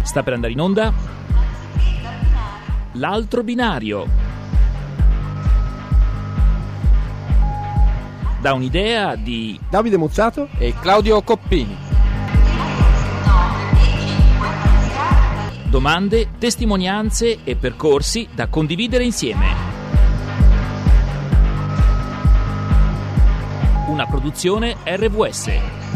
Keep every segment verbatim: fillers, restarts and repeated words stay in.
Sta per andare in onda L'altro binario. Da un'idea di Davide Mozzato e Claudio Coppini. Domande, testimonianze e percorsi da condividere insieme. Una produzione R V S.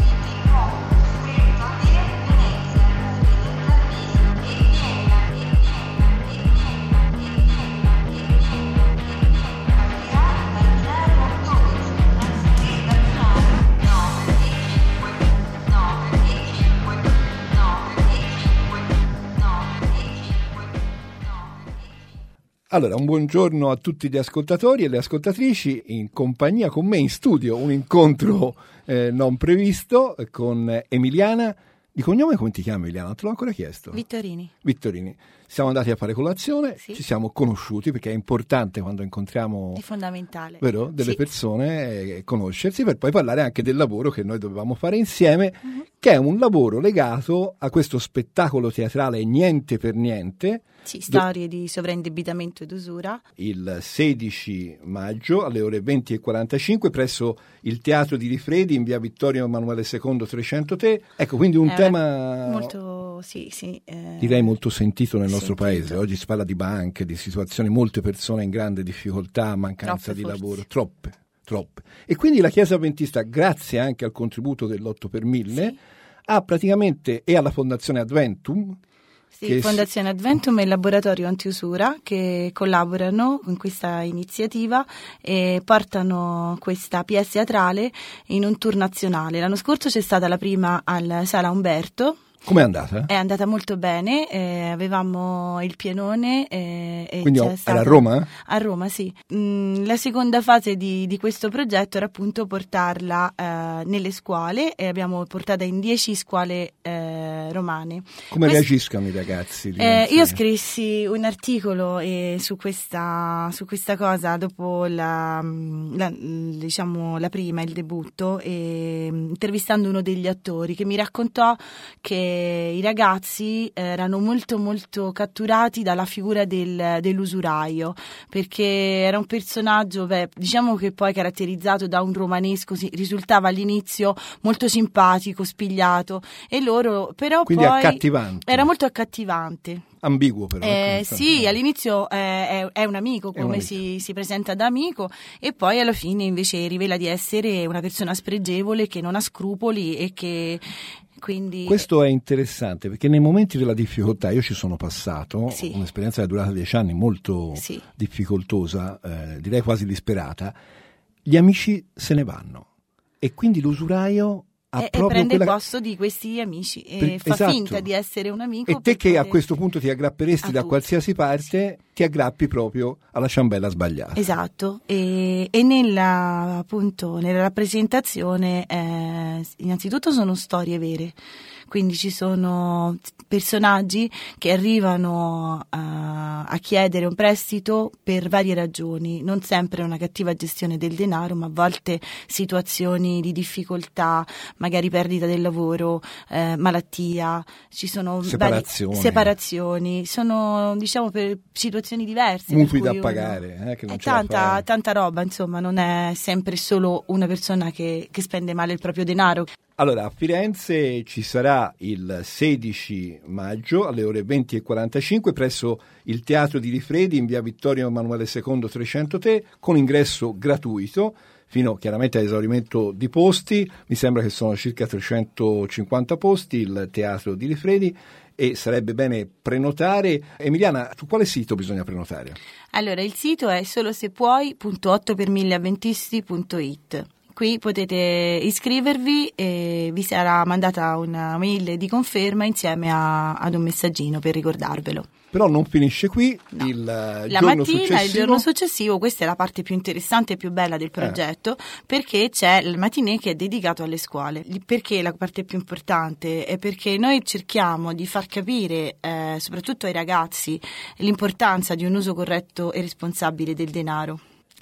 Allora, un buongiorno a tutti gli ascoltatori e le ascoltatrici. In compagnia con me in studio un incontro eh, non previsto con Emiliana. Di cognome come ti chiami, Emiliana? Te l'ho ancora chiesto. Vittorini. Vittorini. Siamo andati a fare colazione, sì. Ci siamo conosciuti perché è importante quando incontriamo è fondamentale. Vero? Delle sì. persone eh, conoscersi per poi parlare anche del lavoro che noi dovevamo fare insieme, mm-hmm. che è un lavoro legato a questo spettacolo teatrale Niente per Niente. Sì, storie do- di sovraindebitamento ed usura. Il sedici maggio alle ore venti e quarantacinque presso il Teatro di Rifredi in via Vittorio Emanuele secondo trecentotrecentotré. Ecco, quindi un è tema molto, sì, sì, eh, direi molto sentito nel nostro sentito. paese. Oggi si parla di banche, di situazioni, molte persone in grande difficoltà, mancanza Troppe di forse. lavoro, troppe, troppe. E quindi la Chiesa Adventista, grazie anche al contributo dell'otto per mille, sì. ha praticamente, e alla Fondazione Adventum, Sì, Fondazione Adventum e il Laboratorio Antiusura che collaborano in questa iniziativa e portano questa pièce teatrale in un tour nazionale. L'anno scorso c'è stata la prima al Sala Umberto. Com'è andata? È andata molto bene, eh, avevamo il pienone. Eh, e Quindi c'è era stata... a Roma? A Roma, sì. Mm, la seconda fase di, di questo progetto era appunto portarla eh, nelle scuole e abbiamo portata in dieci scuole eh, romane. Come Quest... reagiscono i ragazzi? Eh, io scrissi un articolo eh, su, questa, su questa cosa dopo la, la, diciamo, la prima, il debutto, e, intervistando uno degli attori che mi raccontò che i ragazzi erano molto molto catturati dalla figura del, dell'usuraio, perché era un personaggio, beh, diciamo che poi caratterizzato da un romanesco, si, risultava all'inizio molto simpatico, spigliato, e loro però quindi poi accattivante. Era molto accattivante. Ambiguo però. Eh, sì, all'inizio eh, è, è un amico, come un amico. Si, si presenta da amico, e poi alla fine invece rivela di essere una persona spregevole che non ha scrupoli e che quindi... Questo è interessante perché nei momenti della difficoltà, io ci sono passato, sì. un'esperienza che è durata dieci anni molto sì. difficoltosa, eh, direi quasi disperata, gli amici se ne vanno e quindi l'usuraio E, e prende quella... il posto di questi amici e per... fa esatto. finta di essere un amico. E te che poter... a questo punto ti aggrapperesti da tutti. qualsiasi parte, sì. ti aggrappi proprio alla ciambella sbagliata. Esatto, e, e nella, appunto, nella rappresentazione eh, innanzitutto sono storie vere. Quindi ci sono personaggi che arrivano a, a chiedere un prestito per varie ragioni, non sempre una cattiva gestione del denaro, ma a volte situazioni di difficoltà, magari perdita del lavoro, eh, malattia, ci sono separazioni. Vari, separazioni, sono diciamo per situazioni diverse. Mutui da uno, pagare, eh, che non è ce la tanta, fai. tanta roba, insomma, non è sempre solo una persona che, che spende male il proprio denaro. Allora, a Firenze ci sarà il sedici maggio alle ore venti e quarantacinque presso il Teatro di Rifredi in via Vittorio Emanuele secondo trecentotré con ingresso gratuito fino chiaramente all'esaurimento di posti. Mi sembra che sono circa trecentocinquanta posti il Teatro di Rifredi e sarebbe bene prenotare. Emiliana, su quale sito bisogna prenotare? Allora, il sito è solosepuoi punto otto per mille avventisti punto it. Qui potete iscrivervi e vi sarà mandata una mail di conferma insieme a, ad un messaggino per ricordarvelo. Però non finisce qui, no. il La giorno mattina, successivo... il giorno successivo, questa è la parte più interessante e più bella del progetto, eh. perché c'è il matinée che è dedicato alle scuole. Perché la parte più importante? È perché noi cerchiamo di far capire, eh, soprattutto ai ragazzi, l'importanza di un uso corretto e responsabile del denaro.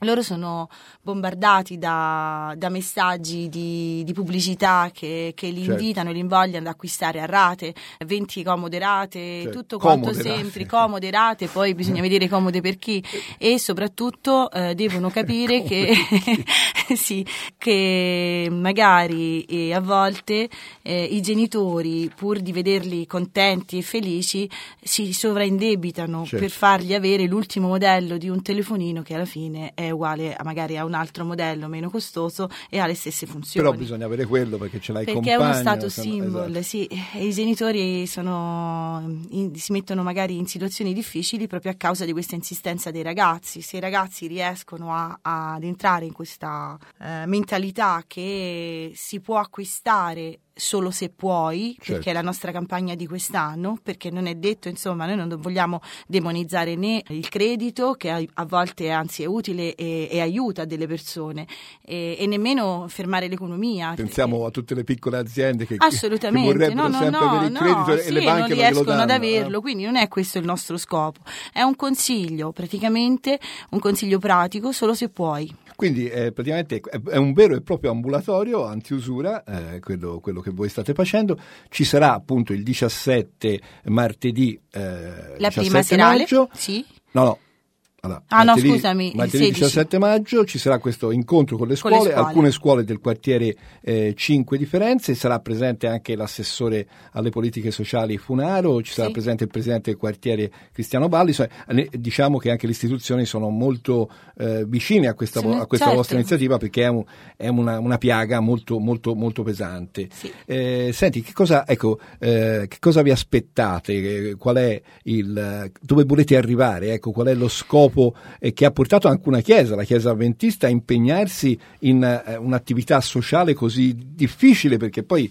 loro sono bombardati da, da messaggi di, di pubblicità che, che li certo. invitano e li invogliano ad acquistare a rate, venti comode rate, certo. tutto quanto comode sempre, rate. comode rate, poi bisogna vedere comode per chi, e soprattutto eh, devono capire che, sì, che magari eh, a volte eh, i genitori, pur di vederli contenti e felici, si sovraindebitano certo. per fargli avere l'ultimo modello di un telefonino che alla fine è uguale a magari a un altro modello meno costoso e ha le stesse funzioni. Però bisogna avere quello perché ce l'hai perché compagno. è uno status sono, symbol, esatto. sì, e i genitori sono in, si mettono magari in situazioni difficili proprio a causa di questa insistenza dei ragazzi. Se i ragazzi riescono a, a, ad entrare in questa eh, mentalità che si può acquistare solo se puoi, certo. perché è la nostra campagna di quest'anno, perché non è detto, insomma, noi non vogliamo demonizzare né il credito, che a, a volte anzi è utile e, e aiuta delle persone, e, e nemmeno fermare l'economia. Pensiamo perché... a tutte le piccole aziende che, assolutamente, che vorrebbero no, no, sempre no, avere il no, credito sì, e le banche non non riescono glielo danno, ad averlo, eh? quindi non è questo il nostro scopo, è un consiglio, praticamente un consiglio pratico, solo se puoi. Quindi eh, praticamente è un vero e proprio ambulatorio antiusura, eh, quello, quello che voi state facendo. Ci sarà appunto il diciassette martedì eh, la diciassette prima serale, maggio. sì. No, no. Allora, ah martedì, no, scusami, martedì il diciassette maggio ci sarà questo incontro con le scuole, con le scuole. alcune scuole del quartiere eh, cinque di Firenze, sarà presente anche l'assessore alle politiche sociali Funaro, ci sarà sì. presente il presidente del quartiere Cristiano Balli, cioè, diciamo che anche le istituzioni sono molto eh, vicine a questa, Sono, a questa certo. vostra iniziativa, perché è, un, è una, una piaga molto, molto, molto pesante. Sì. Eh, senti, che cosa, ecco, eh, che cosa vi aspettate? Qual è il, dove volete arrivare? Ecco, qual è lo scopo eh, che ha portato anche una chiesa, la chiesa avventista, a impegnarsi in eh, un'attività sociale così difficile, perché poi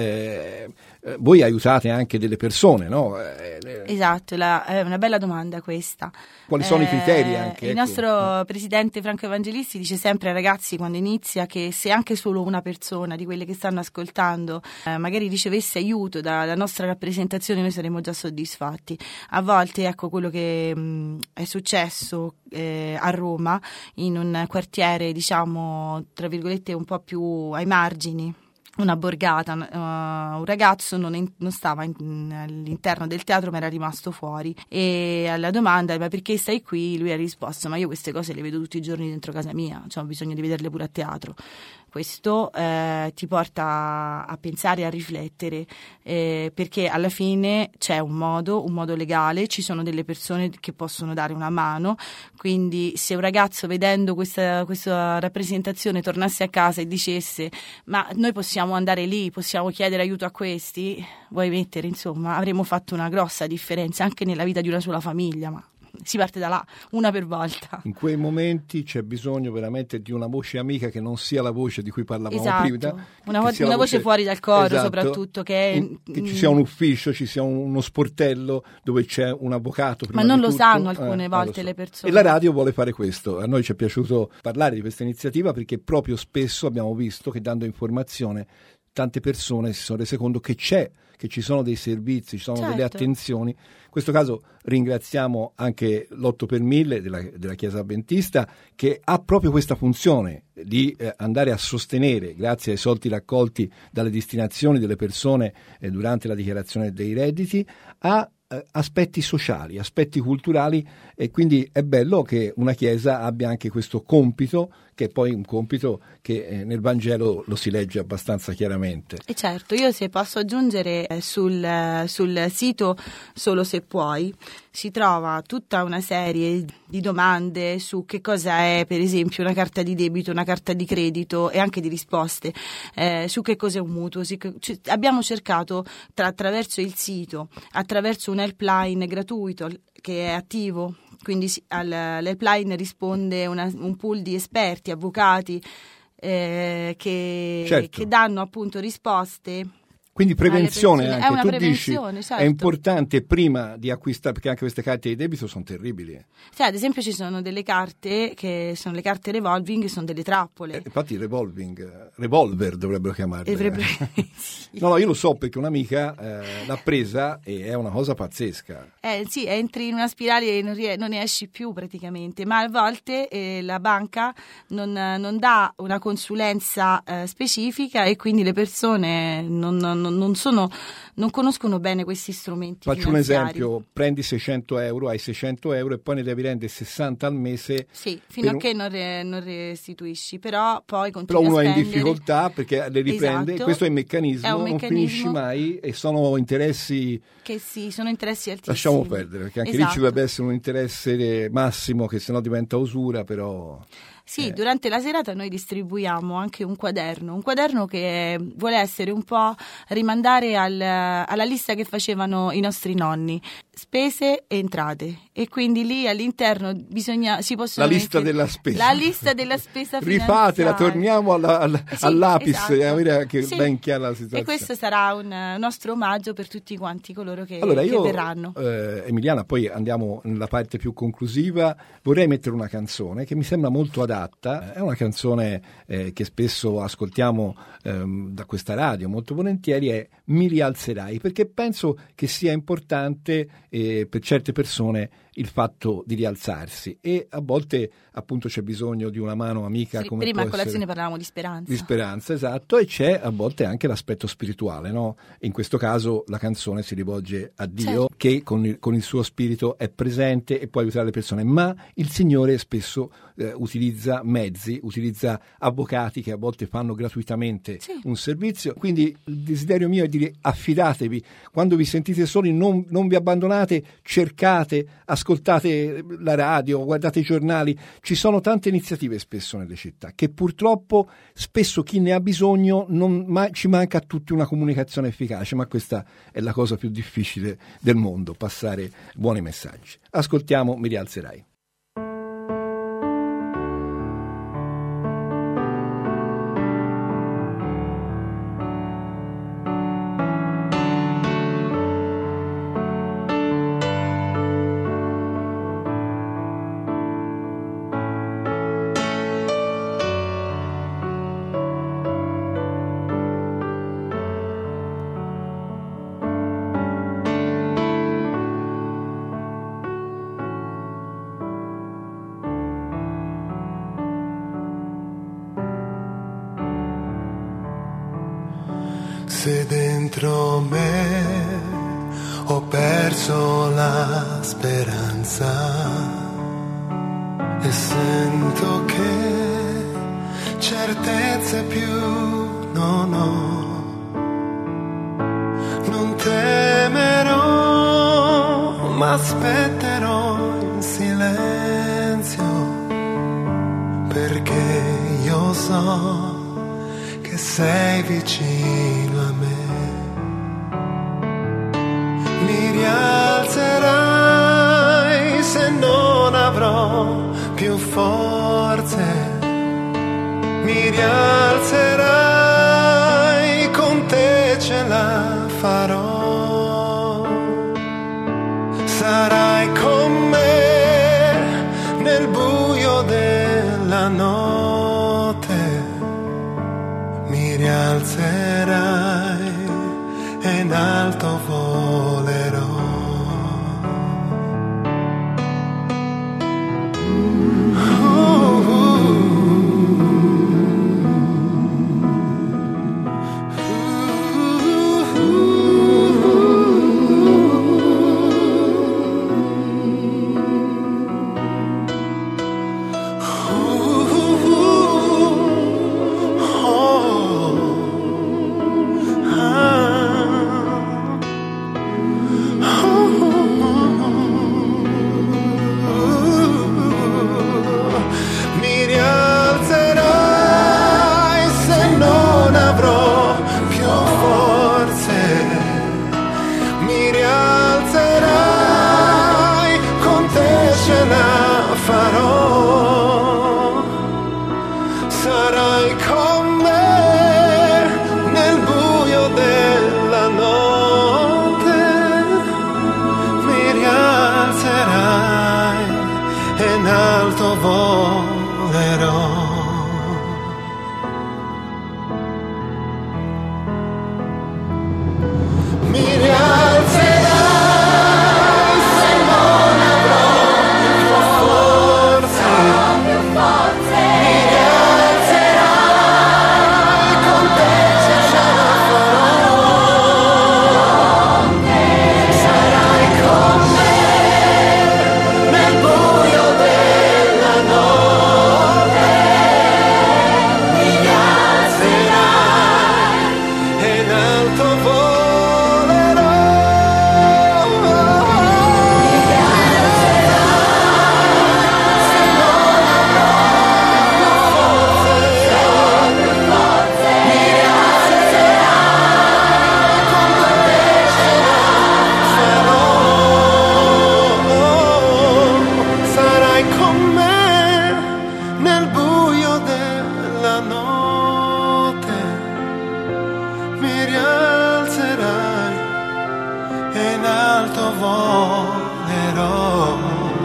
eh, eh, voi aiutate anche delle persone, no? Eh, esatto, la, è una bella domanda questa. Quali sono eh, i criteri anche? Il ecco. nostro presidente Franco Evangelisti dice sempre ai ragazzi quando inizia che se anche solo una persona di quelle che stanno ascoltando eh, magari ricevesse aiuto dalla nostra rappresentazione, noi saremmo già soddisfatti. A volte, ecco, quello che mh, è successo eh, a Roma, in un quartiere, diciamo, tra virgolette, un po' più ai margini, una borgata, uh, un ragazzo non, in, non stava in, in, all'interno del teatro ma era rimasto fuori, e alla domanda ma perché stai qui, lui ha risposto ma io queste cose le vedo tutti i giorni dentro casa mia, cioè ho bisogno di vederle pure a teatro. Questo eh, ti porta a pensare, a riflettere, eh, perché alla fine c'è un modo, un modo legale, ci sono delle persone che possono dare una mano, quindi se un ragazzo vedendo questa, questa rappresentazione tornasse a casa e dicesse ma noi possiamo andare lì, possiamo chiedere aiuto a questi, vuoi mettere, insomma, avremmo fatto una grossa differenza anche nella vita di una sola famiglia, ma si parte da là, una per volta. In quei momenti c'è bisogno veramente di una voce amica che non sia la voce di cui parlavamo esatto. prima. Una, vo- una voce, voce fuori dal coro, esatto. soprattutto. Che, è, in, che ci sia un ufficio, ci sia uno sportello dove c'è un avvocato. Ma non lo tutto. sanno alcune eh, volte so. le persone. E la radio vuole fare questo. A noi ci è piaciuto parlare di questa iniziativa perché proprio spesso abbiamo visto che dando informazione tante persone si sono rese conto che c'è, che ci sono dei servizi, ci sono certo. delle attenzioni. In questo caso ringraziamo anche l'otto per mille della, della Chiesa Avventista, che ha proprio questa funzione di eh, andare a sostenere, grazie ai soldi raccolti dalle destinazioni delle persone eh, durante la dichiarazione dei redditi, a eh, aspetti sociali, aspetti culturali, e quindi è bello che una Chiesa abbia anche questo compito, che è poi un compito che eh, nel Vangelo lo si legge abbastanza chiaramente. E certo, io se posso aggiungere eh, sul, eh, sul sito Solo se puoi si trova tutta una serie di domande su che cosa è per esempio una carta di debito, una carta di credito, e anche di risposte eh, su che cosa è un mutuo. Si, c- abbiamo cercato tra, attraverso il sito, attraverso un helpline gratuito che è attivo, quindi all'helpline risponde una, un pool di esperti, avvocati eh, che, certo. che danno appunto risposte Quindi prevenzione anche, è una tu prevenzione, dici, certo. È importante prima di acquistare, perché anche queste carte di debito sono terribili. Cioè, ad esempio ci sono delle carte che sono le carte revolving, che sono delle trappole. Eh, infatti revolving, revolver dovrebbero chiamarle. Dovrebbe... sì. No, no, io lo so perché un'amica eh, l'ha presa e è una cosa pazzesca. Eh sì, entri in una spirale e non, rie- non ne esci più praticamente, ma a volte eh, la banca non, non dà una consulenza eh, specifica e quindi le persone non, non, non, sono, non conoscono bene questi strumenti Faccio un finanziari. esempio, prendi seicento euro, hai seicento euro e poi ne devi rendere sessanta al mese. Sì, fino a un... che non, re, non restituisci, però poi continui Però uno a è in spendere. difficoltà perché le riprende, Esatto. questo è il meccanismo, È un non meccanismo finisci mai e sono interessi... Che sì, sono interessi altissimi. Lasciamo perdere, perché anche esatto. lì ci dovrebbe essere un interesse massimo che sennò diventa usura, però... Sì, eh. durante la serata noi distribuiamo anche un quaderno, un quaderno che vuole essere un po' rimandare al, alla lista che facevano i nostri nonni, spese e entrate, e quindi lì all'interno bisogna, si possono la lista mettere, della spesa, la lista della spesa rifatela, torniamo alla, alla, sì, all'apis esatto. e avere che sì. ben chiara la situazione. E questo sarà un nostro omaggio per tutti quanti coloro che, allora, io, che verranno. Eh, Emiliana, poi andiamo nella parte più conclusiva, vorrei mettere una canzone che mi sembra molto adatta. È una canzone eh, che spesso ascoltiamo ehm, da questa radio molto volentieri, è Mi rialzerai, perché penso che sia importante eh, per certe persone il fatto di rialzarsi, e a volte appunto c'è bisogno di una mano amica, sì, come prima può a colazione essere... parlavamo di speranza di speranza, esatto, e c'è a volte anche l'aspetto spirituale, no? In questo caso la canzone si rivolge a Dio, certo, che con il, con il suo spirito è presente e può aiutare le persone, ma il Signore spesso eh, utilizza mezzi, utilizza avvocati che a volte fanno gratuitamente sì. un servizio, quindi il desiderio mio è dire: affidatevi, quando vi sentite soli non, non vi abbandonate, cercate, ascoltate la radio, guardate i giornali, ci sono tante iniziative spesso nelle città che purtroppo spesso chi ne ha bisogno non, ma ci manca a tutti una comunicazione efficace, ma questa è la cosa più difficile del mondo, passare buoni messaggi. Ascoltiamo Mi rialzerai. Se dentro me ho perso la speranza e sento che certezze più non ho, non temerò, ma aspetterò in silenzio, perché io so che sei vicino a me. Mi rialzerai se non avrò più forze, mi rialzerai, con te ce la farò. Sarai con me nel buio della notte, mi rialzerai e in alto volerò. alto volerò. Mi rialzerai se non avrò più forze, più forze. Mi rialzerai con te se ce la farò. Sarai con me nel buio della notte. Mi rialzerai e in alto volerò. Sarai con me nel buio della notte, mi rialzerai e in alto volerò.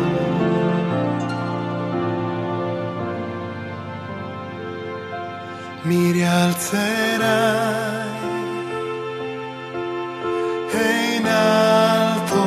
Mi rialzerai e in alto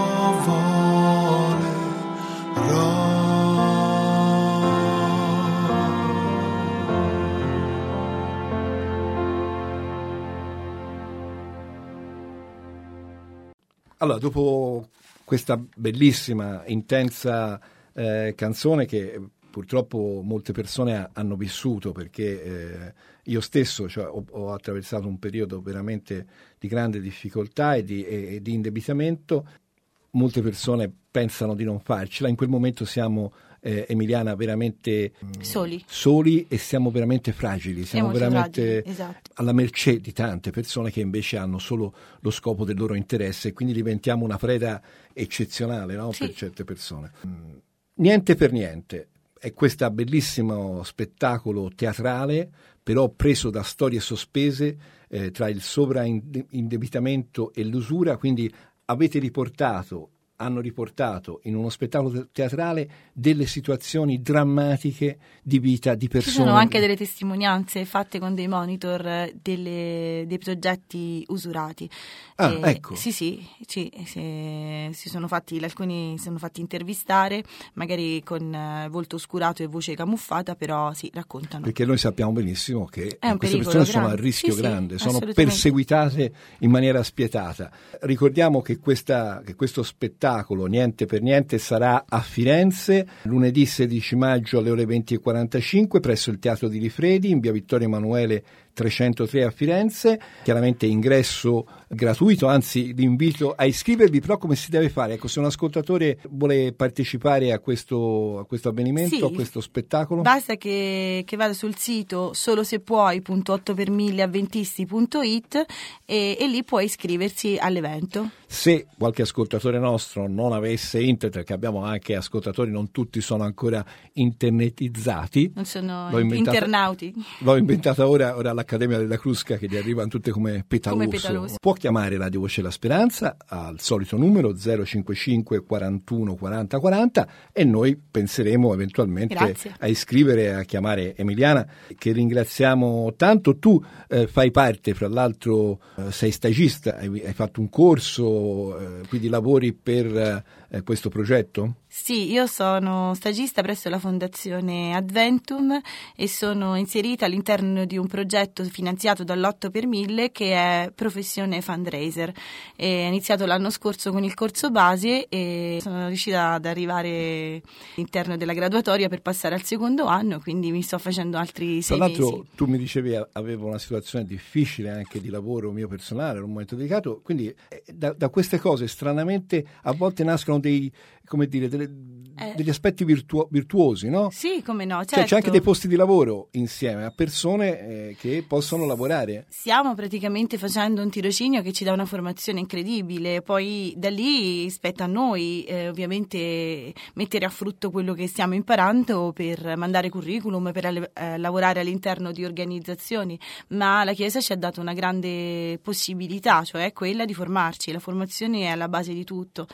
Allora, dopo questa bellissima, intensa eh, canzone che purtroppo molte persone ha- hanno vissuto, perché eh, io stesso, cioè, ho, ho attraversato un periodo veramente di grande difficoltà e di, e- e di indebitamento. Molte persone pensano di non farcela, in quel momento siamo, eh, Emiliana, veramente mh, Soli. soli e siamo veramente fragili, siamo molto veramente fragili, esatto. alla mercé di tante persone che invece hanno solo lo scopo del loro interesse, e quindi diventiamo una preda eccezionale, no? Sì. Per certe persone. Mm, Niente per niente è questo bellissimo spettacolo teatrale, però preso da storie sospese eh, tra il sovraindebitamento e l'usura, quindi avete riportato, hanno riportato in uno spettacolo teatrale delle situazioni drammatiche di vita di Ci persone. sono anche delle testimonianze fatte con dei monitor eh, delle- dei progetti usurati. Ah, Eh, ecco. Sì, sì, sì, sì, si sono fatti, alcuni si sono fatti intervistare, magari con eh, volto oscurato e voce camuffata, però sì, raccontano. Perché noi sappiamo benissimo che È un queste pericolo persone sono a grande. rischio Sì, sì, grande, sono assolutamente. perseguitate in maniera spietata. Ricordiamo che, questa, che questo spettacolo, Niente per niente, sarà a Firenze lunedì sedici maggio alle ore venti e quarantacinque presso il Teatro di Rifredi in via Vittorio Emanuele trecentotré a Firenze. Chiaramente ingresso gratuito, anzi l'invito a iscrivervi, però come si deve fare? Ecco, se un ascoltatore vuole partecipare a questo, a questo avvenimento, Sì. a questo spettacolo, Basta che, che vada sul sito solosepuoi punto otto per mille avventisti punto it e, e lì può iscriversi all'evento. se qualche ascoltatore nostro non avesse internet, perché abbiamo anche ascoltatori, non tutti sono ancora internetizzati, Non sono L'ho inventata- internauti. l'ho inventata ora, ora all'Accademia della Crusca, che gli arrivano tutte come petalusso. Come petalusso. Può chiamare Radio Voce La Speranza al solito numero zero cinquantacinque quarantuno quaranta quaranta e noi penseremo eventualmente Grazie. a iscrivere, a chiamare Emiliana, che ringraziamo tanto. Tu eh, fai parte, fra l'altro eh, sei stagista, hai, hai fatto un corso, eh, quindi lavori per eh, questo progetto? Sì, io sono stagista presso la Fondazione Adventum e sono inserita all'interno di un progetto finanziato dall'otto per mille che è Professione Fundraiser. E ho iniziato l'anno scorso con il corso base e sono riuscita ad arrivare all'interno della graduatoria per passare al secondo anno, quindi mi sto facendo altri Tra sei l'altro mesi. tu mi dicevi a- avevo una situazione difficile anche di lavoro mio personale, era un momento delicato, quindi eh, da, da queste cose stranamente a volte nascono dei, come dire, delle- Eh. degli aspetti virtuo- virtuosi, no? Sì, come no, certo. Cioè c'è anche dei posti di lavoro insieme a persone eh, che possono lavorare. Stiamo praticamente facendo un tirocinio che ci dà una formazione incredibile, poi da lì spetta a noi eh, ovviamente mettere a frutto quello che stiamo imparando per mandare curriculum, per alle- eh, lavorare all'interno di organizzazioni, ma la Chiesa ci ha dato una grande possibilità, cioè quella di formarci, la formazione è alla base di tutto,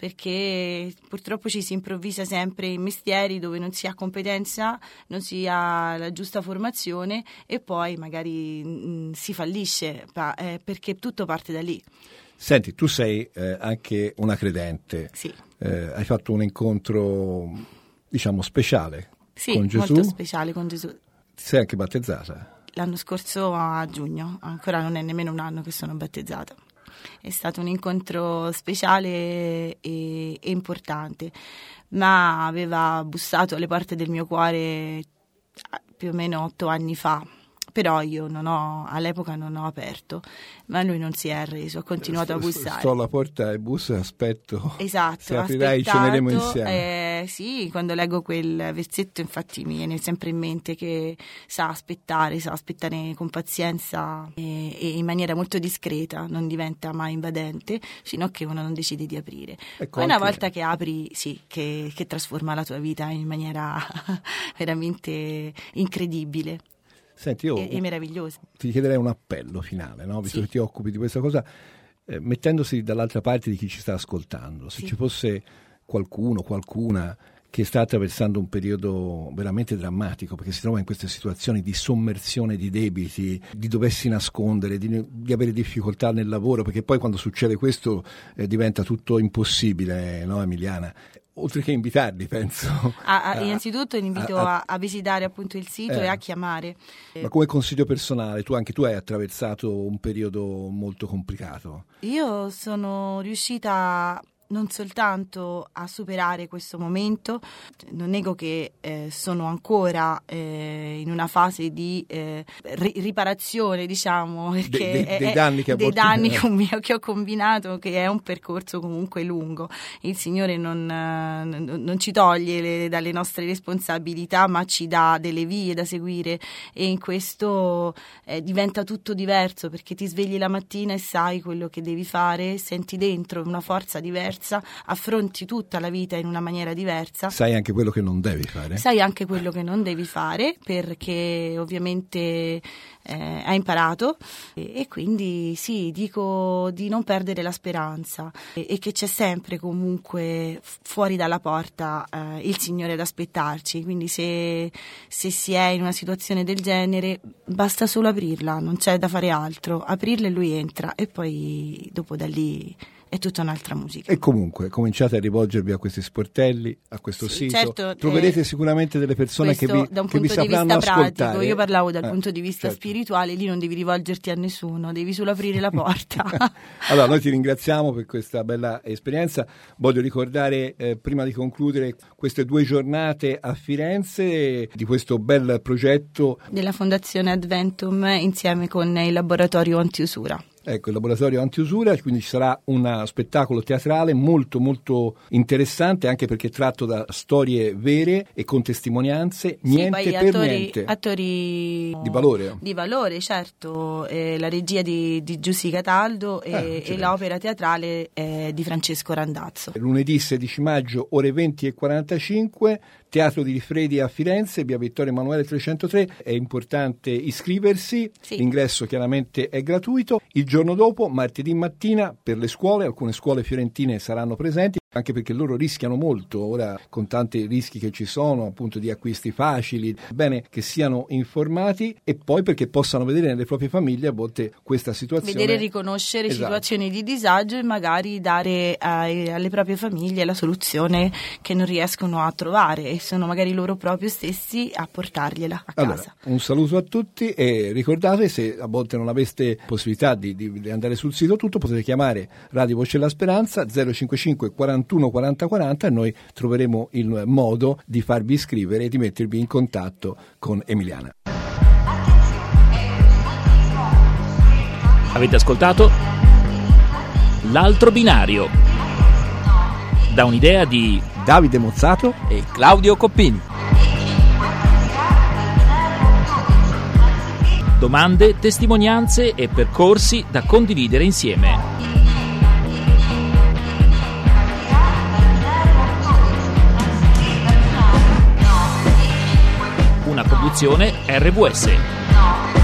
perché purtroppo ci si improvvisa sempre in mestieri dove non si ha competenza, non si ha la giusta formazione e poi magari mh, si fallisce, pa- eh, perché tutto parte da lì. Senti, tu sei eh, anche una credente. Sì. Eh, hai fatto un incontro, diciamo, speciale Sì, con Gesù. molto speciale con Gesù. Ti sei anche battezzata? L'anno scorso a giugno, ancora non è nemmeno un anno che sono battezzata. È stato un incontro speciale e, e importante, ma aveva bussato alle porte del mio cuore più o meno otto anni fa. Però io non ho, all'epoca non ho aperto, ma lui non si è arreso, ha continuato a bussare. Sto alla porta e busso e aspetto. Esatto, se aprirai ceneremo insieme. Eh, sì, quando leggo quel versetto infatti mi viene sempre in mente che sa aspettare, sa aspettare con pazienza e, e in maniera molto discreta, non diventa mai invadente, fino a che uno non decide di aprire. Ecco, Poi una anche... volta che apri, sì, che, che trasforma la tua vita in maniera veramente incredibile. Senti, io e, e meraviglioso. Ti chiederei un appello finale, no? Visto sì. che ti occupi di questa cosa, eh, mettendosi dall'altra parte di chi ci sta ascoltando, se sì. ci fosse qualcuno, qualcuna che sta attraversando un periodo veramente drammatico, perché si trova in queste situazioni di sommersione di debiti, di doversi nascondere, di, di avere difficoltà nel lavoro, perché poi quando succede questo eh, diventa tutto impossibile, no Emiliana? Oltre che invitarli, penso. A, a, innanzitutto invito a, a, a visitare appunto il sito eh, e a chiamare. Ma come consiglio personale, tu anche tu hai attraversato un periodo molto complicato. Io sono riuscita non soltanto a superare questo momento, non nego che eh, sono ancora eh, in una fase di eh, ri- riparazione, diciamo, perché de, de, è, dei danni, che, dei volte... danni com- che ho combinato, che è un percorso comunque lungo. Il Signore non, non, non ci toglie le, dalle nostre responsabilità, ma ci dà delle vie da seguire e in questo eh, diventa tutto diverso, perché ti svegli la mattina e sai quello che devi fare, senti dentro una forza diversa, affronti tutta la vita in una maniera diversa. Sai anche quello che non devi fare. Sai anche quello che non devi fare, perché ovviamente eh, hai imparato e, e quindi sì, dico di non perdere la speranza e, e che c'è sempre comunque fuori dalla porta eh, il Signore ad aspettarci, quindi se, se si è in una situazione del genere basta solo aprirla, non c'è da fare altro, aprirla e lui entra e poi dopo da lì è tutta un'altra musica. E comunque cominciate a rivolgervi a questi sportelli, a questo sì, sito, certo, troverete eh, sicuramente delle persone che vi, da un che vi punto di sapranno vista ascoltare. pratico, io parlavo dal eh, punto di vista certo. spirituale, lì non devi rivolgerti a nessuno, devi solo aprire la porta. Allora noi ti ringraziamo per questa bella esperienza, voglio ricordare eh, prima di concludere queste due giornate a Firenze di questo bel progetto della Fondazione Adventum insieme con il laboratorio antiusura. Ecco, il laboratorio antiusura, quindi ci sarà un spettacolo teatrale molto molto interessante, anche perché tratto da storie vere e con testimonianze, sì, niente poi per attori, niente. Attori di valore. Di valore, certo, eh, la regia di, di Giussi Cataldo e, eh, e l'opera teatrale eh, di Francesco Randazzo. Lunedì sedici maggio, ore venti e quarantacinque, Teatro di Rifredi a Firenze, via Vittorio Emanuele trecentotré, è importante iscriversi, sì. L'ingresso chiaramente è gratuito. Il giorno dopo, martedì mattina, per le scuole, alcune scuole fiorentine saranno presenti, anche perché loro rischiano molto, ora con tanti rischi che ci sono, appunto di acquisti facili, bene che siano informati e poi perché possano vedere nelle proprie famiglie a volte questa situazione. Vedere e riconoscere esatto. situazioni di disagio e magari dare ai, alle proprie famiglie la soluzione che non riescono a trovare e sono magari loro proprio stessi a portargliela a allora, casa. Un saluto a tutti e ricordate, se a volte non aveste possibilità di, di, di andare sul sito tutto, potete chiamare Radio Voce della Speranza zero cinquantacinque quarantuno quaranta quaranta e noi troveremo il modo di farvi iscrivere e di mettervi in contatto con Emiliana. Avete ascoltato L'altro binario, da un'idea di Davide Mozzato e Claudio Coppini. domande, testimonianze e percorsi da condividere insieme. Una produzione R W S.